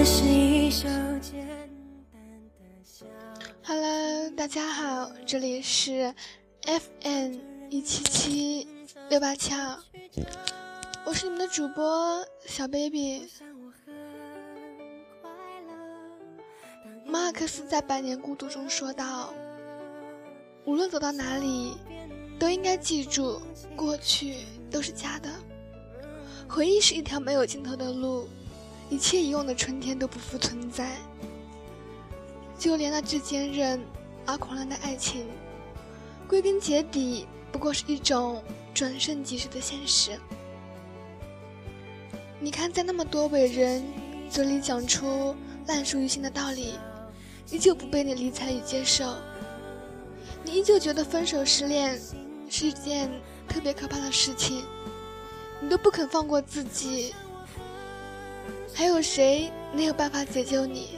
Hello， 大家好，这里是 FM 1776872，我是你们的主播小 baby。马尔克斯在《百年孤独》中说道，无论走到哪里，都应该记住，过去都是假的，回忆是一条没有尽头的路，一切遗忘的春天都不复存在。就连那最坚韧而狂澜的爱情，归根结底不过是一种转瞬即逝的现实。你看，在那么多伟人嘴里讲出烂熟于心的道理，依旧不被你理睬与接受，你依旧觉得分手失恋是一件特别可怕的事情，你都不肯放过自己，还有谁能有办法解救你？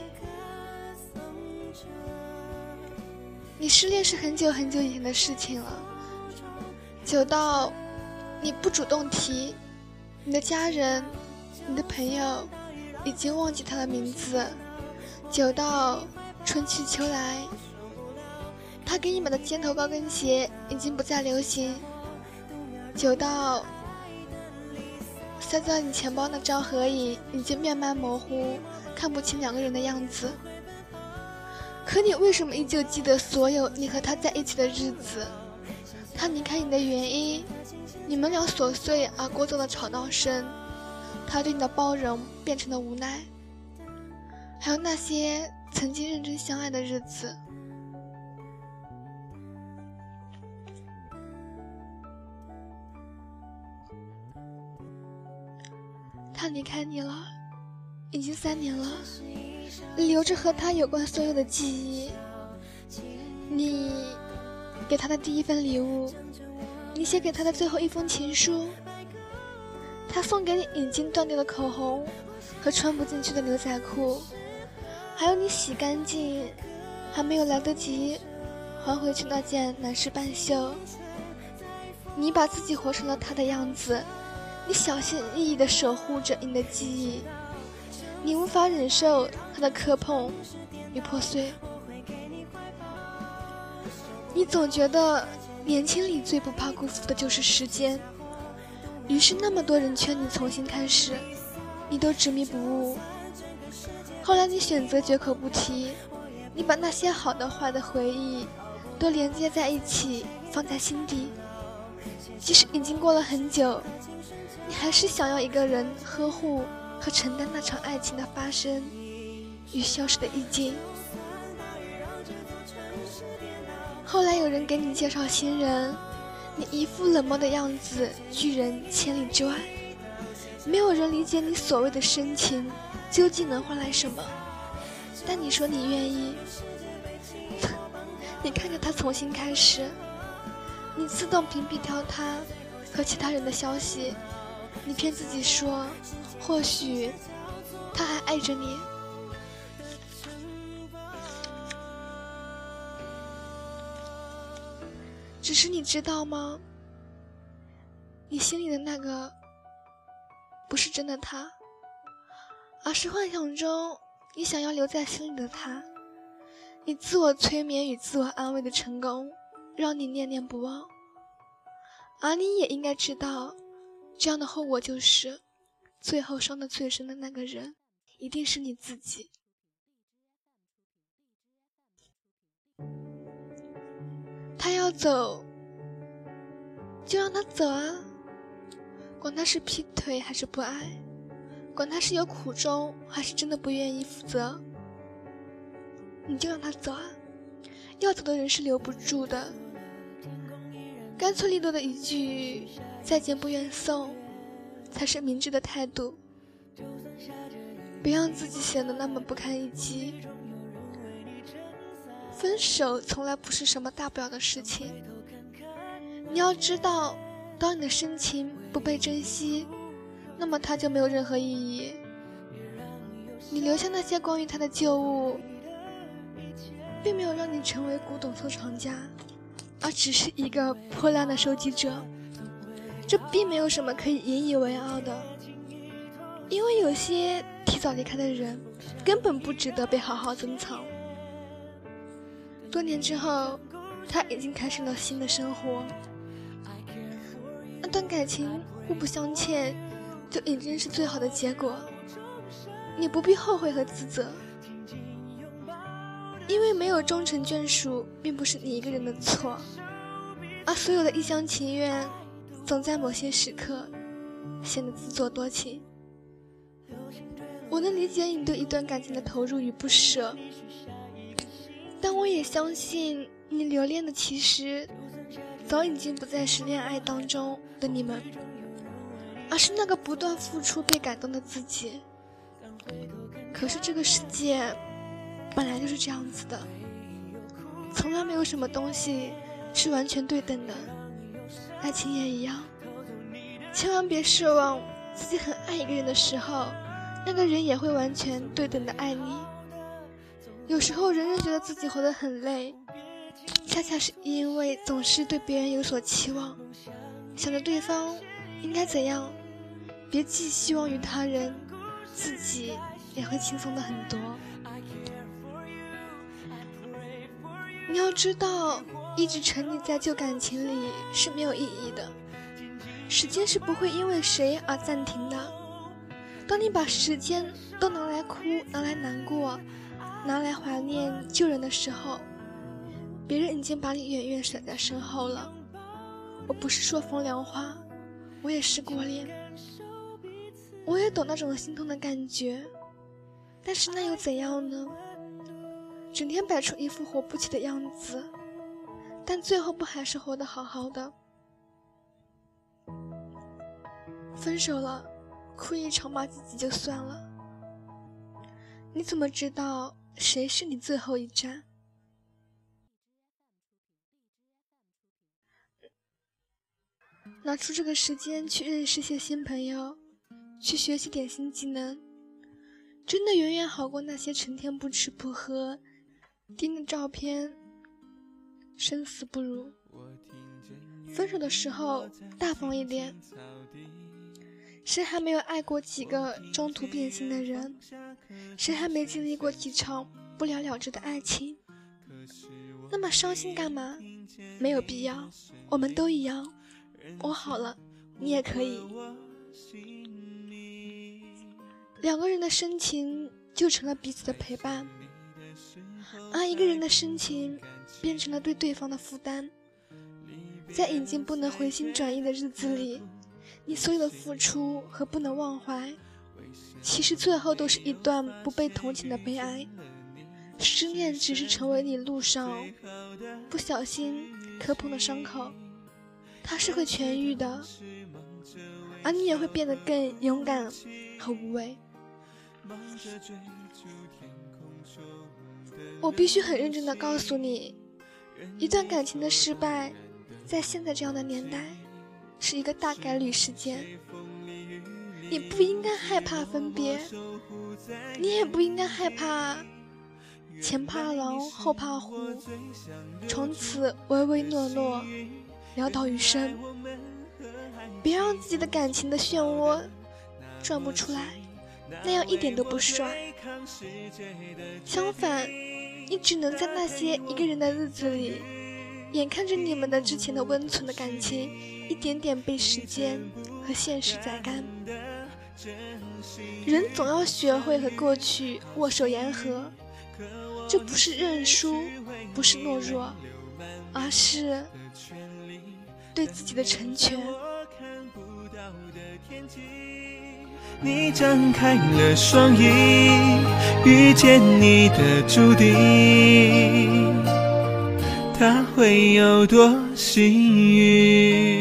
你失恋是很久很久以前的事情了，久到你不主动提，你的家人、你的朋友已经忘记他的名字，久到春去秋来，他给你买的尖头高跟鞋已经不再流行，久到塞在你钱包的照合影已经面貌模糊，看不清两个人的样子。可你为什么依旧记得所有你和他在一起的日子？他离开你的原因，你们俩琐碎而聒噪的吵闹声，他对你的包容变成了无奈，还有那些曾经认真相爱的日子。他离开你了，已经3年了，你留着和他有关所有的记忆，你给他的第一份礼物，你写给他的最后一封情书，他送给你已经断掉的口红和穿不进去的牛仔裤，还有你洗干净还没有来得及还回去那件男士半袖。你把自己活成了他的样子，你小心翼翼地守护着你的记忆，你无法忍受他的磕碰与破碎。你总觉得年轻里最不怕辜负的就是时间，于是那么多人劝你重新开始，你都执迷不悟。后来你选择绝口不提，你把那些好的坏的回忆都连接在一起，放在心底。即使已经过了很久，你还是想要一个人呵护和承担那场爱情的发生与消失的意境。后来有人给你介绍新人，你一副冷漠的样子拒人千里之外，没有人理解你所谓的深情究竟能换来什么，但你说你愿意。你看着他重新开始，你自动屏蔽掉他和其他人的消息，你骗自己说或许他还爱着你。只是你知道吗，你心里的那个不是真的他，而是幻想中你想要留在心里的他。你自我催眠与自我安慰的成功让你念念不忘，而你也应该知道，这样的后果就是最后伤得最深的那个人一定是你自己。他要走就让他走啊，管他是劈腿还是不爱，管他是有苦衷还是真的不愿意负责，你就让他走啊。要走的人是留不住的，干脆利落的一句再见不愿送才是明智的态度，别让自己显得那么不堪一击。分手从来不是什么大不了的事情，你要知道，当你的深情不被珍惜，那么它就没有任何意义。你留下那些关于他的旧物，并没有让你成为古董收藏家，而只是一个破烂的收集者。这并没有什么可以引以为傲的，因为有些提早离开的人根本不值得被好好珍藏。多年之后，他已经开始了新的生活，那段感情互不相欠，就已经是最好的结果。你不必后悔和自责，因为没有终成眷属，并不是你一个人的错，而所有的一厢情愿，总在某些时刻显得自作多情。我能理解你对一段感情的投入与不舍，但我也相信你留恋的其实早已经不再是恋爱当中的你们，而是那个不断付出被感动的自己。可是这个世界本来就是这样子的，从来没有什么东西是完全对等的，爱情也一样。千万别奢望自己很爱一个人的时候，那个人也会完全对等的爱你。有时候人人觉得自己活得很累，恰恰是因为总是对别人有所期望，想着对方应该怎样，别寄希望于他人，自己也会轻松的很多。你要知道，一直沉溺在旧感情里是没有意义的，时间是不会因为谁而暂停的。当你把时间都拿来哭，拿来难过，拿来怀念旧人的时候，别人已经把你远远甩在身后了。我不是说风凉话，我也试过恋，我也懂那种心痛的感觉，但是那又怎样呢？整天摆出一副活不起的样子，但最后不还是活得好好的？分手了，哭一场骂自己就算了，你怎么知道谁是你最后一站？拿出这个时间去认识些新朋友，去学习点新技能，真的远远好过那些成天不吃不喝，盯着照片生死不如。分手的时候大方一点，谁还没有爱过几个中途变心的人？谁还没经历过几场不了了之的爱情？那么伤心干嘛？没有必要，我们都一样。我好了，你也可以。两个人的深情就成了彼此的陪伴，而一个人的深情变成了对对方的负担。在已经不能回心转意的日子里，你所有的付出和不能忘怀，其实最后都是一段不被同情的悲哀。思念只是成为你路上不小心磕碰的伤口，它是会痊愈的，而你也会变得更勇敢和无畏。我必须很认真地告诉你，一段感情的失败，在现在这样的年代是一个大概率事件。你不应该害怕分别，你也不应该害怕前怕狼后怕虎，从此唯唯诺诺潦倒余生。别让自己的感情的漩涡转不出来，那样一点都不爽。相反，你只能在那些一个人的日子里，眼看着你们的之前的温存的感情一点点被时间和现实宰干。人总要学会和过去握手言和，这不是认输，不是懦弱，而是对自己的成全。 你张开了双翼，遇见你的注定，他会有多幸运？